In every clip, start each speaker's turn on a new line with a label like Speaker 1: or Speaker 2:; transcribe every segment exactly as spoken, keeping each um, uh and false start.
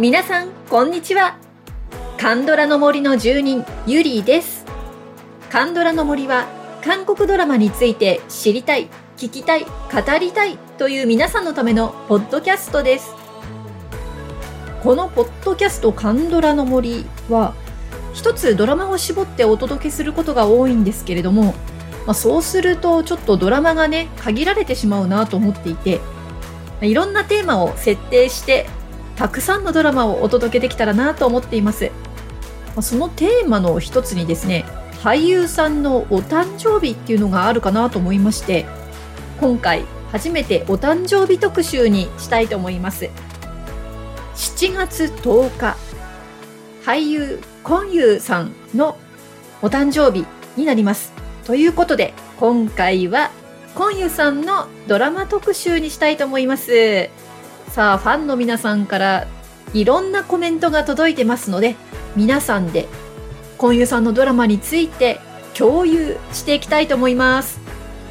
Speaker 1: 皆さんこんにちは。カンドラの森の住人ゆりです。カンドラの森は韓国ドラマについて知りたい、聞きたい、語りたいという皆さんのためのポッドキャストです。このポッドキャストカンドラの森は一つドラマを絞ってお届けすることが多いんですけれども、まあ、そうするとちょっとドラマがね限られてしまうなと思っていて、いろんなテーマを設定してたくさんのドラマをお届けできたらなと思っています。そのテーマの一つにですね、俳優さんのお誕生日っていうのがあるかなと思いまして、今回初めてお誕生日特集にしたいと思います。しちがつとおか、俳優コンユーさんのお誕生日になります。ということで今回はコンユーさんのドラマ特集にしたいと思います。さあ、ファンの皆さんからいろんなコメントが届いてますので、皆さんでコンユーさんのドラマについて共有していきたいと思います。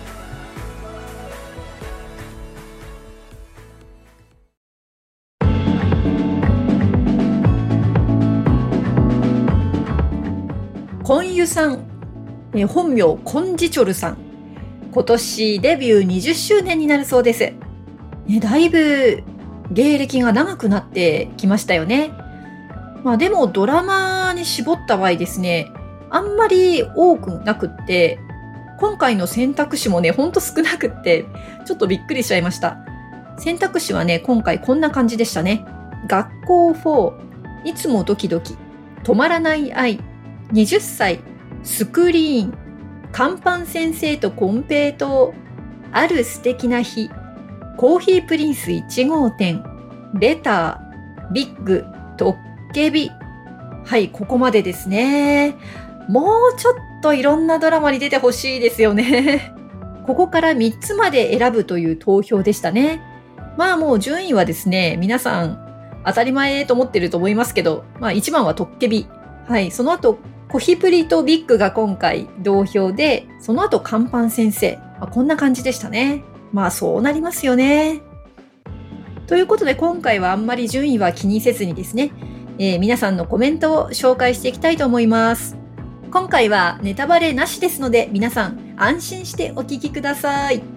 Speaker 1: コンユさん、え本名コンジチョルさん、今年デビューにじゅっしゅうねんになるそうです。ね、だいぶ芸歴が長くなってきましたよね。まあでもドラマに絞った場合ですね、あんまり多くなくって、今回の選択肢もね、ほんと少なくって、ちょっとびっくりしちゃいました。選択肢はね、今回こんな感じでしたね。学校フォー、いつもドキドキ、止まらない愛、はたち、スクリーン、看板先生とコンペイトー、ある素敵な日、コーヒープリンスいち号店、レター、ビッグ、トッケビ。はい、ここまでですね。もうちょっといろんなドラマに出てほしいですよね。ここからみっつまで選ぶという投票でしたね。まあもう順位はですね、皆さん当たり前と思ってると思いますけど、まあいちばんはトッケビ。はい、その後、コヒプリとビッグが今回同票で、その後看板先生。まあ、こんな感じでしたね。まあそうなりますよね。ということで今回はあんまり順位は気にせずにですね、えー、皆さんのコメントを紹介していきたいと思います。今回はネタバレなしですので、皆さん安心してお聞きください。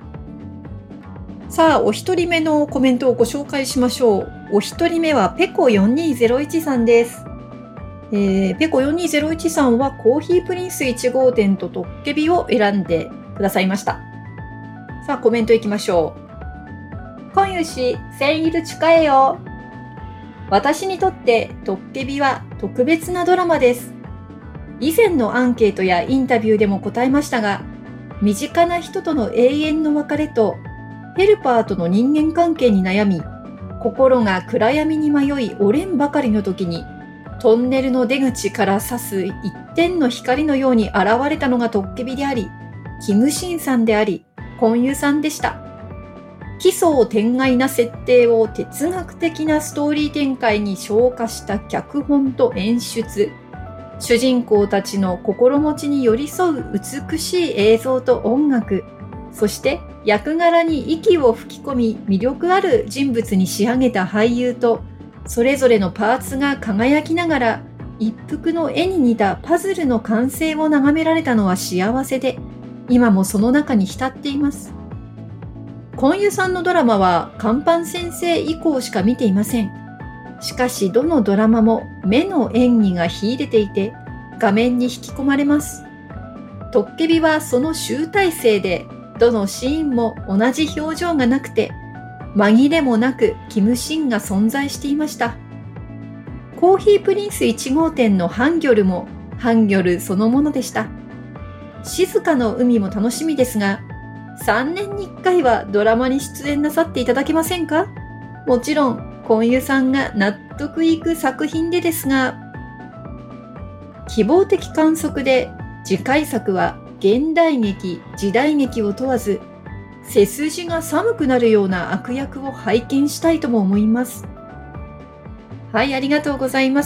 Speaker 1: さあ、お一人目のコメントをご紹介しましょう。お一人目はペコよんにーぜろいちさんです。えー、ペコよんにーぜろいちさんはコーヒープリンスいち号店とトッケビを選んでくださいました。さあ、コメントいきましょう。コンユ氏、センイル近えよ。私にとってトッケビは特別なドラマです。以前のアンケートやインタビューでも答えましたが、身近な人との永遠の別れとヘルパーとの人間関係に悩み、心が暗闇に迷い折れんばかりの時に、トンネルの出口から差す一点の光のように現れたのがトッケビであり、キムシンさんであり、コンユさんでした。奇想天外な設定を哲学的なストーリー展開に昇華した脚本と演出、主人公たちの心持ちに寄り添う美しい映像と音楽、そして役柄に息を吹き込み魅力ある人物に仕上げた俳優と、それぞれのパーツが輝きながら一幅の絵に似たパズルの完成を眺められたのは幸せで、今もその中に浸っています。コンユさんのドラマは看板先生以降しか見ていません。しかしどのドラマも目の演技が秀でていて画面に引き込まれます。トッケビはその集大成で、どのシーンも同じ表情がなくて紛れもなくキムシンが存在していました。コーヒープリンスいち号店のハンギョルもハンギョルそのものでした。静かの海も楽しみですが、さんねんにいっかいはドラマに出演なさっていただけませんか？もちろんコンユさんが納得いく作品でですが、希望的観測で次回作は現代劇、時代劇を問わず、背筋が寒くなるような悪役を拝見したいとも思います。はい、ありがとうございます。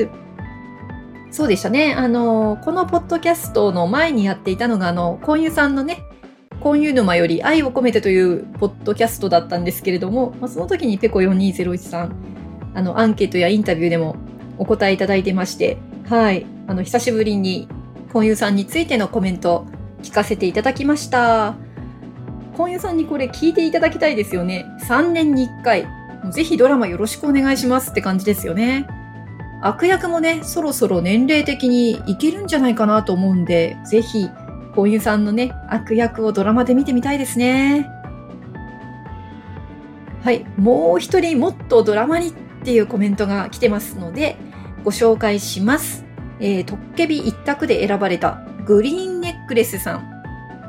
Speaker 1: そうでしたね。あの、このポッドキャストの前にやっていたのが、あの、コンユさんのね、コンユ沼より愛を込めてというポッドキャストだったんですけれども、まあ、その時にペコよんにーぜろいちさん、 あの、アンケートやインタビューでもお答えいただいてまして、はい。あの、久しぶりに、コンユさんについてのコメント聞かせていただきました。コンユさんにこれ聞いていただきたいですよね。さんねんにいっかい。ぜひドラマよろしくお願いしますって感じですよね。悪役もね、そろそろ年齢的にいけるんじゃないかなと思うんで、ぜひ、コンユさんのね、悪役をドラマで見てみたいですね。はい。もう一人もっとドラマにっていうコメントが来てますので、ご紹介します。えー、トッケビ一択で選ばれたグリーンネックレスさん。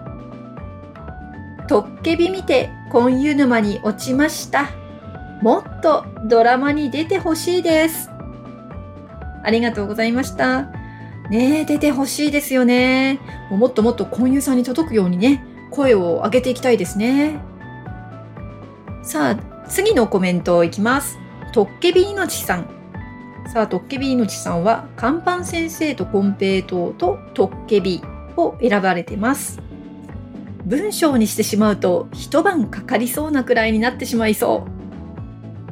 Speaker 1: トッケビ見てコンユ沼に落ちました。もっとドラマに出てほしいです。ありがとうございました。ねえ、出てほしいですよね。もっともっとコンユさんに届くようにね、声を上げていきたいですね。さあ、次のコメントいきます。トッケビいのちさん。さあ、トッケビいのちさんは、カンパン先生とコンペイトウとトッケビを選ばれてます。文章にしてしまうと一晩かかりそうなくらいになってしまいそう。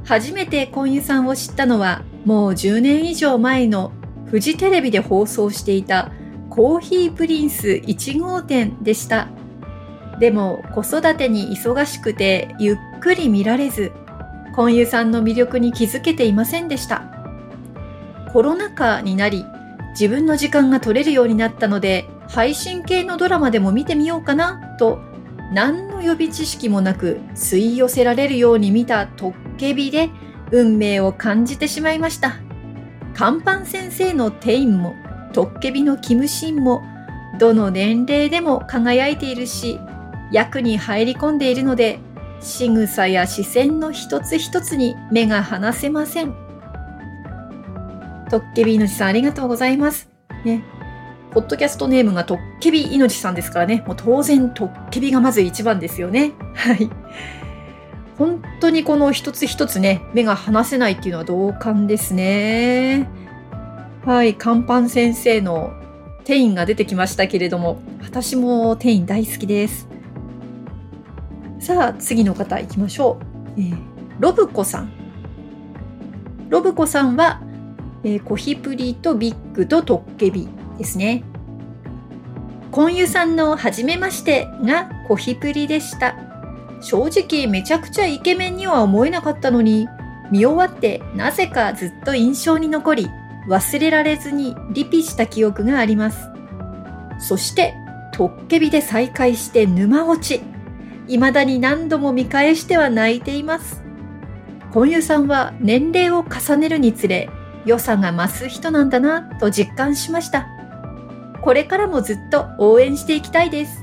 Speaker 1: 初めてコンユさんを知ったのはもうじゅうねん以上前のフジテレビで放送していたコーヒープリンスいち号店でした。でも子育てに忙しくてゆっくり見られず、コンユさんの魅力に気づけていませんでした。コロナ禍になり自分の時間が取れるようになったので、配信系のドラマでも見てみようかなと、何の予備知識もなく吸い寄せられるように見たトッケビで運命を感じてしまいました。カンパン先生のテインもトッケビのキムシンもどの年齢でも輝いているし、役に入り込んでいるので、仕草や視線の一つ一つに目が離せません。トッケビいのちさん、ありがとうございます。ね。ポッドキャストネームがトッケビいのちさんですからね。もう当然トッケビがまず一番ですよね。はい。本当にこの一つ一つね、目が離せないっていうのは同感ですね。はい。カンパン先生のテインが出てきましたけれども、私もテイン大好きです。さあ、次の方行きましょう。えー、ロブコさん。ロブコさんは、えー、コヒプリとビッグとトッケビですね。コンユさんの初めましてがコヒプリでした。正直めちゃくちゃイケメンには思えなかったのに、見終わってなぜかずっと印象に残り、忘れられずにリピした記憶があります。そしてトッケビで再会して沼落ち。未だに何度も見返しては泣いています。コンユさんは年齢を重ねるにつれ、良さが増す人なんだなと実感しました。これからもずっと応援していきたいです。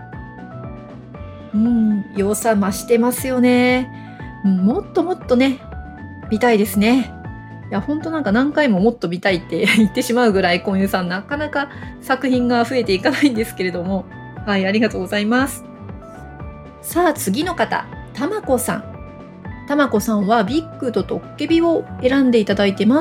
Speaker 1: うん、良さ増してますよね。もっともっとね、見たいですね。いや、ほんとなんか何回ももっと見たいって言ってしまうぐらい、コンユさんなかなか作品が増えていかないんですけれども、はい、ありがとうございます。さあ、次の方、たまこさん。たまこさんはビッグとトッケビを選んでいただいてます。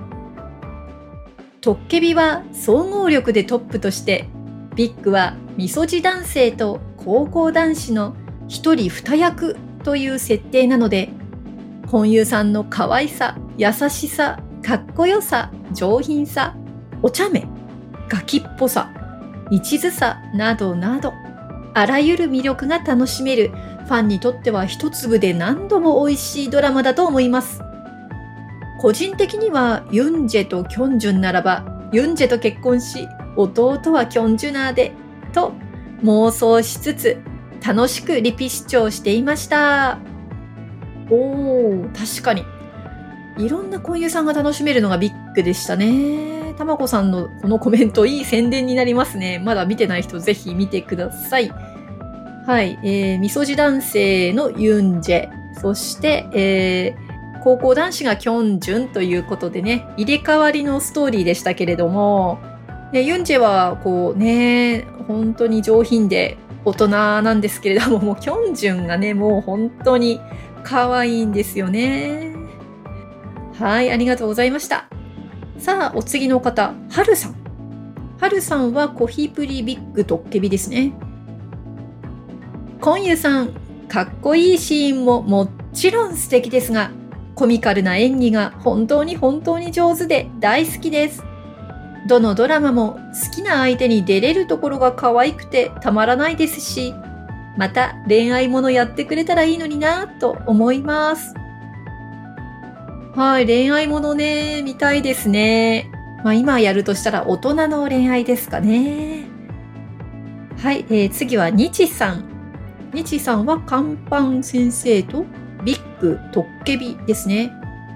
Speaker 1: トッケビは総合力でトップとして、ビッグはみそじ男性と高校男子の一人二役という設定なので、コンユさんの可愛さ、優しさ、かっこよさ、上品さ、お茶目、ガキっぽさ、一途さなどなど、あらゆる魅力が楽しめるファンにとっては一粒で何度も美味しいドラマだと思います。個人的にはユンジェとキョンジュンならばユンジェと結婚し弟はキョンジュナーでと妄想しつつ楽しくリピ視聴していました。おー、確かにいろんなコンユさんが楽しめるのがビッグでしたね。たまこさんのこのコメントいい宣伝になりますね。まだ見てない人ぜひ見てください。はい、えー、みそじ男性のユンジェ、そして、えー、高校男子がキョンジュンということでね、入れ替わりのストーリーでしたけれども、ね、ユンジェはこうね、本当に上品で大人なんですけれども、もうキョンジュンがね、もう本当に可愛いんですよね。はい、ありがとうございました。さあ、お次の方、はるさん。はるさんはコヒプリビッグトッケビですね。コンユさん、かっこいいシーンももちろん素敵ですが、 コミカルな演技が本当に本当に上手で大好きです。どのドラマも好きな相手に出れるところが可愛くてたまらないですし、また恋愛ものやってくれたらいいのになぁと思います。はい、恋愛ものね、見たいですね。まあ今やるとしたら大人の恋愛ですかね。はい、えー、次はにちさん。にちさんはカンパン先生とビッグトッケビですね。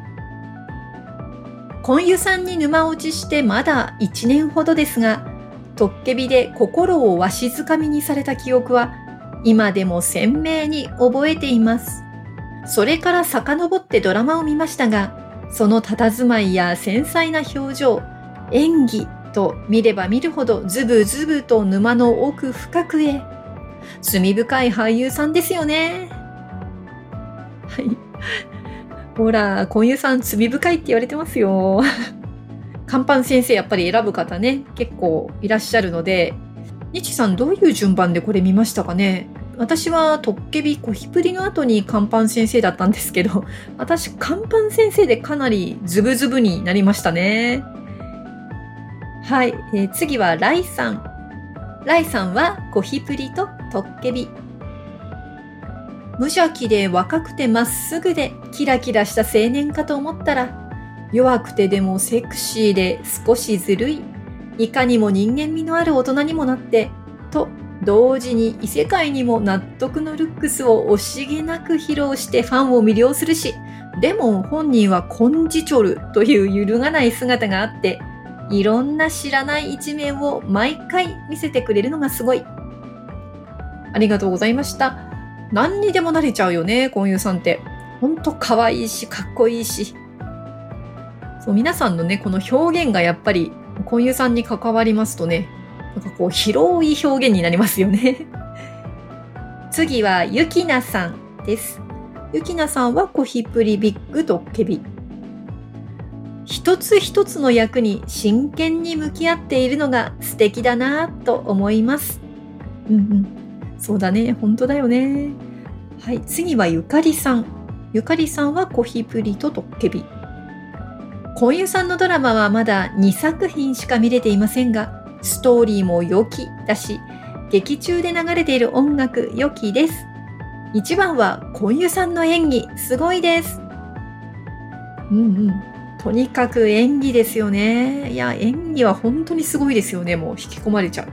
Speaker 1: 婚湯さんに沼落ちしてまだいちねんほどですが、トッケビで心をわしづかみにされた記憶は今でも鮮明に覚えています。それから遡ってドラマを見ましたが、その佇まいや繊細な表情、演技と見れば見るほどズブズブと沼の奥深くへ。罪深い俳優さんですよね。はい。ほら、婚湯さん罪深いって言われてますよ。カンパン先生やっぱり選ぶ方ね、結構いらっしゃるので、にちさんどういう順番でこれ見ましたかね。私はトッケビコヒプリの後にカンパン先生だったんですけど、私カンパン先生でかなりズブズブになりましたね。はい、えー、次はライさん。ライさんはコヒプリとトッケビ。無邪気で若くてまっすぐでキラキラした青年かと思ったら、弱くてでもセクシーで少しずるい、いかにも人間味のある大人にもなって、と同時に異世界にも納得のルックスを惜しげなく披露してファンを魅了するし、でも本人はコンジチョルという揺るがない姿があって、いろんな知らない一面を毎回見せてくれるのがすごい。ありがとうございました。何にでもなれちゃうよね、婚湯さんって。ほんと可愛いし、かっこいいし。そう、皆さんのね、この表現がやっぱり婚湯さんに関わりますとね、なんかこう広い表現になりますよね。次はゆきなさんです。ゆきなさんはコヒプリビッグトッケビ。一つ一つの役に真剣に向き合っているのが素敵だなぁと思います。うんうん。そうだね。本当だよね。はい。次はゆかりさん。ゆかりさんはコヒプリとトッケビ。婚湯さんのドラマはまだにさく品しか見れていませんが、ストーリーも良きだし、劇中で流れている音楽良きです。一番は婚湯さんの演技、すごいです。うんうん。とにかく演技ですよね。いや、演技は本当にすごいですよね。もう引き込まれちゃう。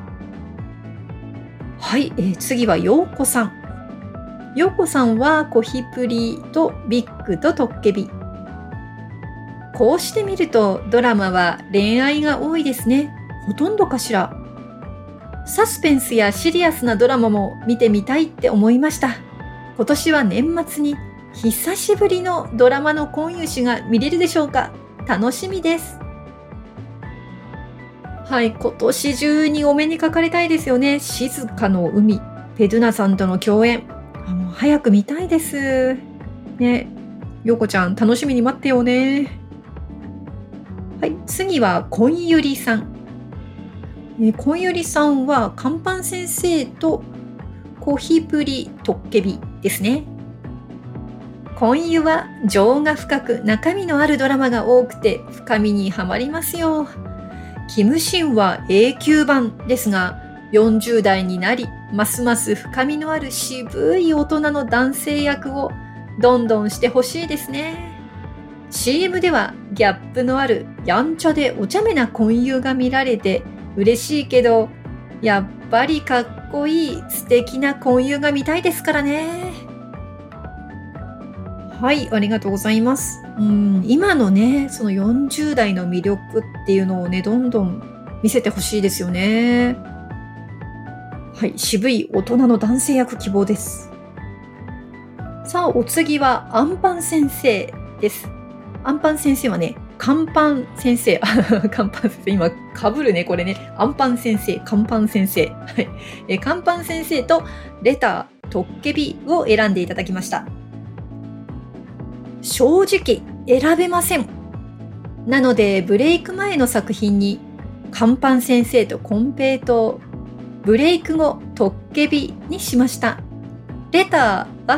Speaker 1: はい、えー、次はようこさん。ようこさんはコヒプリとビッグとトッケビ。こうしてみるとドラマは恋愛が多いですね。ほとんどかしら。サスペンスやシリアスなドラマも見てみたいって思いました。今年は年末に久しぶりのドラマの婚湯誌が見れるでしょうか。楽しみです。はい、今年中にお目にかかれたいですよね。静かの海、ペドゥナさんとの共演。あ、もう早く見たいです。ね、ようこちゃん楽しみに待ってよね。はい、次はこんゆりさん。えこんゆりさんはカンパン先生とコヒプリトッケビですね。婚湯は情が深く中身のあるドラマが多くて深みにはまりますよ。キムシンは永久版ですが、よんじゅう代になりますます深みのある渋い大人の男性役をどんどんしてほしいですね。 シーエム ではギャップのあるやんちゃでお茶目な婚湯が見られて嬉しいけど、やっぱりかっこいい素敵な婚湯が見たいですからね。はい、ありがとうございます。うん、今のね、そのよんじゅう代の魅力っていうのをね、どんどん見せてほしいですよね。はい、渋い大人の男性役希望です。さあ、お次はアンパン先生です。アンパン先生はね、カンパン先生。カンパン先生、今、かぶるね、これね。アンパン先生、カンパン先生。はい。え、カンパン先生とレター、トッケビを選んでいただきました。正直選べません。なのでブレイク前の作品にカンパン先生とコンペイトー、ブレイク後トッケビにしました。レターは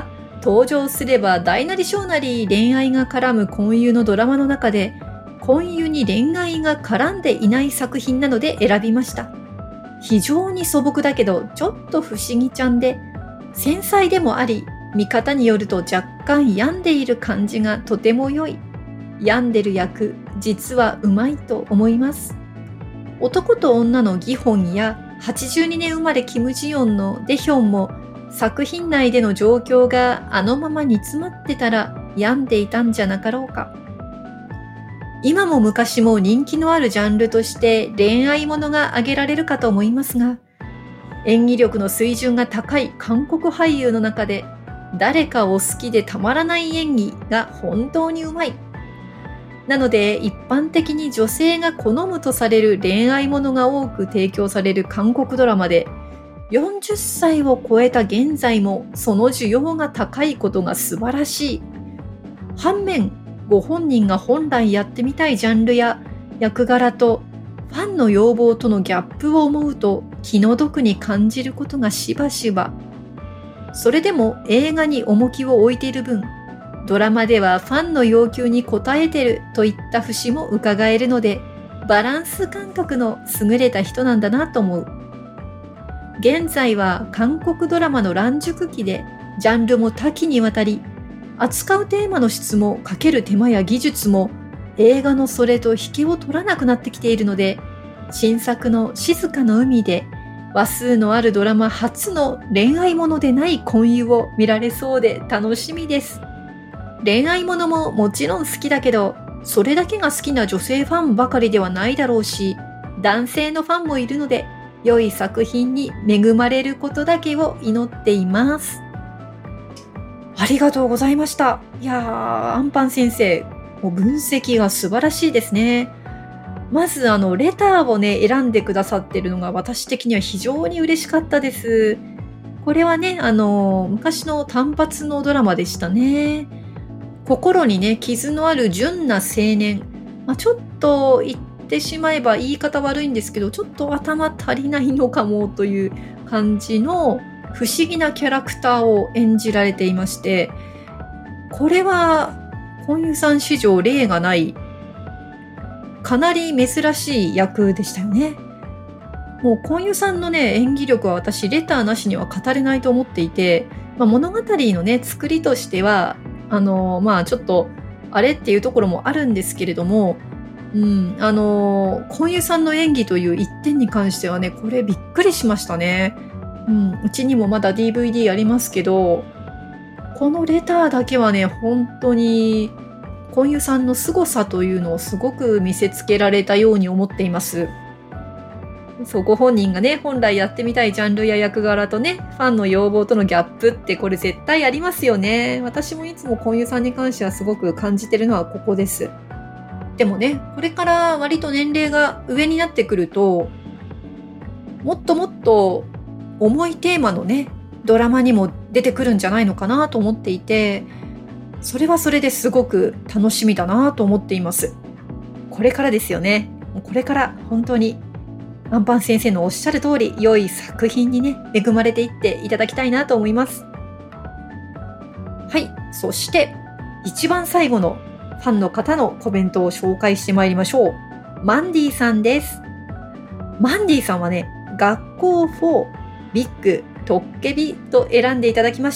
Speaker 1: 登場すれば大なり小なり恋愛が絡む婚友のドラマの中で、婚友に恋愛が絡んでいない作品なので選びました。非常に素朴だけどちょっと不思議ちゃんで、繊細でもあり、見方によると若干病んでいる感じがとても良い。病んでる役、実はうまいと思います。男と女のギホンやはちじゅうにねん生まれキムジヨンのデヒョンも、作品内での状況があのまま煮詰まってたら病んでいたんじゃなかろうか。今も昔も人気のあるジャンルとして恋愛ものが挙げられるかと思いますが、演技力の水準が高い韓国俳優の中で、誰かを好きでたまらない演技が本当にうまい。なので一般的に女性が好むとされる恋愛ものが多く提供される韓国ドラマで、よんじゅっさいを超えた現在もその需要が高いことが素晴らしい。反面、ご本人が本来やってみたいジャンルや役柄とファンの要望とのギャップを思うと気の毒に感じることがしばしば。それでも映画に重きを置いている分、ドラマではファンの要求に応えてるといった節も伺えるので、バランス感覚の優れた人なんだなと思う。現在は韓国ドラマの乱熟期で、ジャンルも多岐にわたり、扱うテーマの質もかける手間や技術も映画のそれと引けを取らなくなってきているので、新作の静かの海で話数のあるドラマ初の恋愛ものでない婚友を見られそうで楽しみです。恋愛ものももちろん好きだけど、それだけが好きな女性ファンばかりではないだろうし、男性のファンもいるので、良い作品に恵まれることだけを祈っています。ありがとうございました。いやー、アンパン先生、もう分析が素晴らしいですね。まずあのレターをね選んでくださってるのが私的には非常に嬉しかったです。これはね、あの昔の単発のドラマでしたね。心にね傷のある純な青年、まあ、ちょっと言ってしまえば言い方悪いんですけど、ちょっと頭足りないのかもという感じの不思議なキャラクターを演じられていまして、これは婚友さん史上例がないかなり珍しい役でしたよね。もう婚友さんのね演技力は私レターなしには語れないと思っていて、まあ、物語のね作りとしてはあのまあちょっとあれっていうところもあるんですけれども、うん、あの婚友さんの演技という一点に関してはね、これびっくりしましたね。うん、うちにもまだ ディーブイディー ありますけど、このレターだけはね本当に婚友さんの凄さというのをすごく見せつけられたように思っています。そう、ご本人がね本来やってみたいジャンルや役柄とねファンの要望とのギャップってこれ絶対ありますよね。私もいつも婚友さんに関してはすごく感じてるのはここです。でもね、これから割と年齢が上になってくると、もっともっと重いテーマのねドラマにも出てくるんじゃないのかなと思っていて、それはそれですごく楽しみだなと思っています。これからですよね。これから本当にアンパン先生のおっしゃる通り良い作品にね恵まれていっていただきたいなと思います。はい、そして一番最後のファンの方のコメントを紹介してまいりましょう。マンディさんです。マンディさんはね、学校フォー、ビッグ、トッケビと選んでいただきました。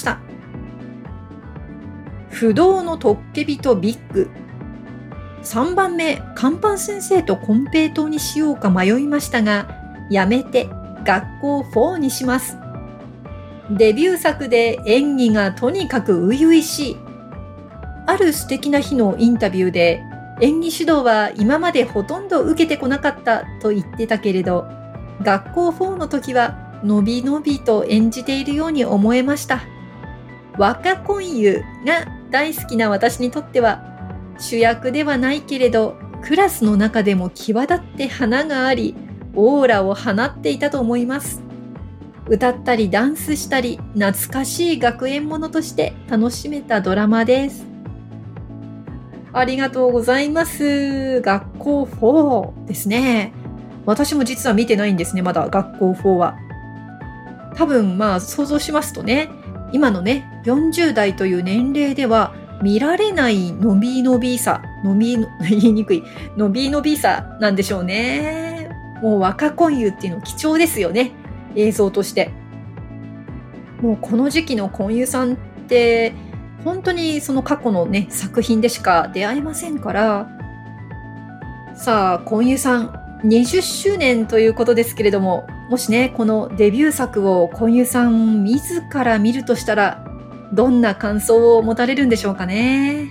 Speaker 1: 不動のトッケビとビッグ。さんばんめ、カンパン先生とコンペイトーにしようか迷いましたが、やめて学校フォーにします。デビュー作で演技がとにかく初々しい。ある素敵な日のインタビューで、演技指導は今までほとんど受けてこなかったと言ってたけれど、学校フォーの時はのびのびと演じているように思えました。若婚友が大好きな私にとっては、主役ではないけれど、クラスの中でも際立って花があり、オーラを放っていたと思います。歌ったりダンスしたり、懐かしい学園ものとして楽しめたドラマです。ありがとうございます。学校フォーですね。私も実は見てないんですね、まだ学校フォーは。多分まあ想像しますとね、 今のね、よんじゅう代という年齢では見られないのびのびさ、のびの、言いにくい、のびのびさなんでしょうね。もう若婚湯っていうの貴重ですよね。映像として。もうこの時期の婚湯さんって、本当にその過去のね、作品でしか出会えませんから、さあ、婚湯さんにじゅっしゅうねんということですけれども、もしね、このデビュー作を婚湯さん自ら見るとしたら、どんな感想を持たれるんでしょうかね。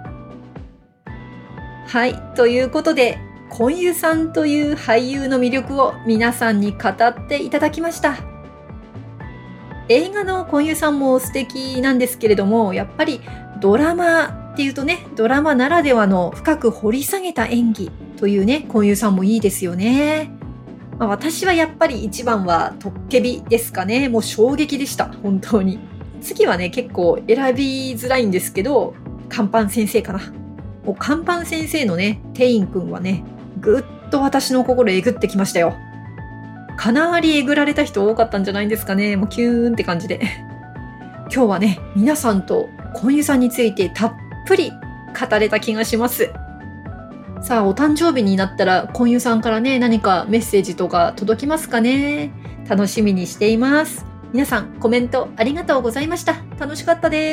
Speaker 1: はい、ということで、婚湯さんという俳優の魅力を皆さんに語っていただきました。映画の婚湯さんも素敵なんですけれども、やっぱりドラマっていうとね、ドラマならではの深く掘り下げた演技というね、婚湯さんもいいですよね。まあ、私はやっぱり一番はトッケビですかね。もう衝撃でした、本当に。次はね、結構選びづらいんですけど、カンパン先生かな。もうカンパン先生のね、テイン君はね、ぐっと私の心えぐってきましたよ。かなりえぐられた人多かったんじゃないんですかね。もうキューンって感じで。今日はね、皆さんと婚湯さんについてたっぷり語れた気がします。さあ、お誕生日になったら婚湯さんからね、何かメッセージとか届きますかね。楽しみにしています。皆さんコメントありがとうございました。楽しかったです。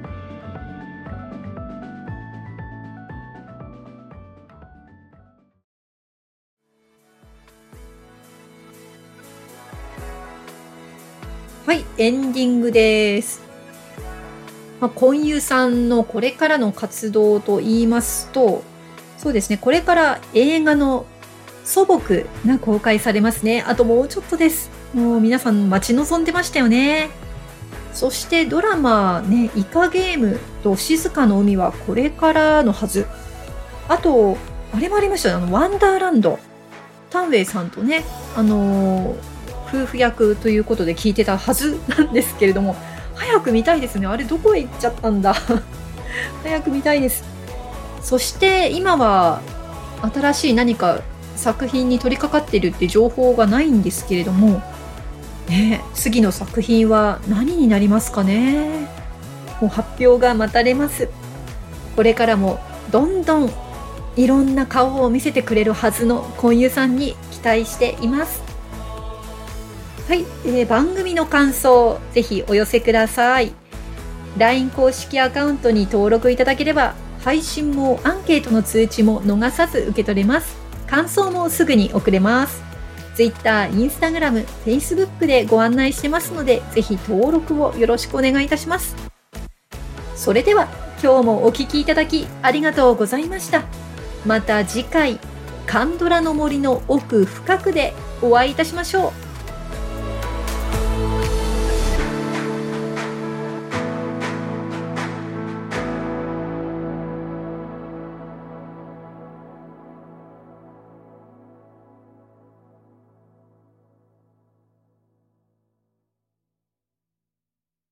Speaker 1: はい、エンディングです。まあ、婚湯さんのこれからの活動と言いますと、そうですね、これから映画の祖母が公開されますね。あともうちょっとです。もう皆さん待ち望んでましたよね。そしてドラマね、イカゲームと静かの海はこれからのはず。あと、あれもありましたよ。あの、ワンダーランド。タンウェイさんとね、あのー、夫婦役ということで聞いてたはずなんですけれども、早く見たいですね。あれどこへ行っちゃったんだ。早く見たいです。そして今は新しい何か作品に取り掛かっているって情報がないんですけれども、ね、次の作品は何になりますかね。もう発表が待たれます。これからもどんどんいろんな顔を見せてくれるはずの婚湯さんに期待しています。はい、えー、番組の感想ぜひお寄せください。 ライン 公式アカウントに登録いただければ配信もアンケートの通知も逃さず受け取れます。感想もすぐに送れます。 Twitter、Instagram、Facebook でご案内してますのでぜひ登録をよろしくお願いいたします。それでは今日もお聞きいただきありがとうございました。また次回カンドラの森の奥深くでお会いいたしましょう。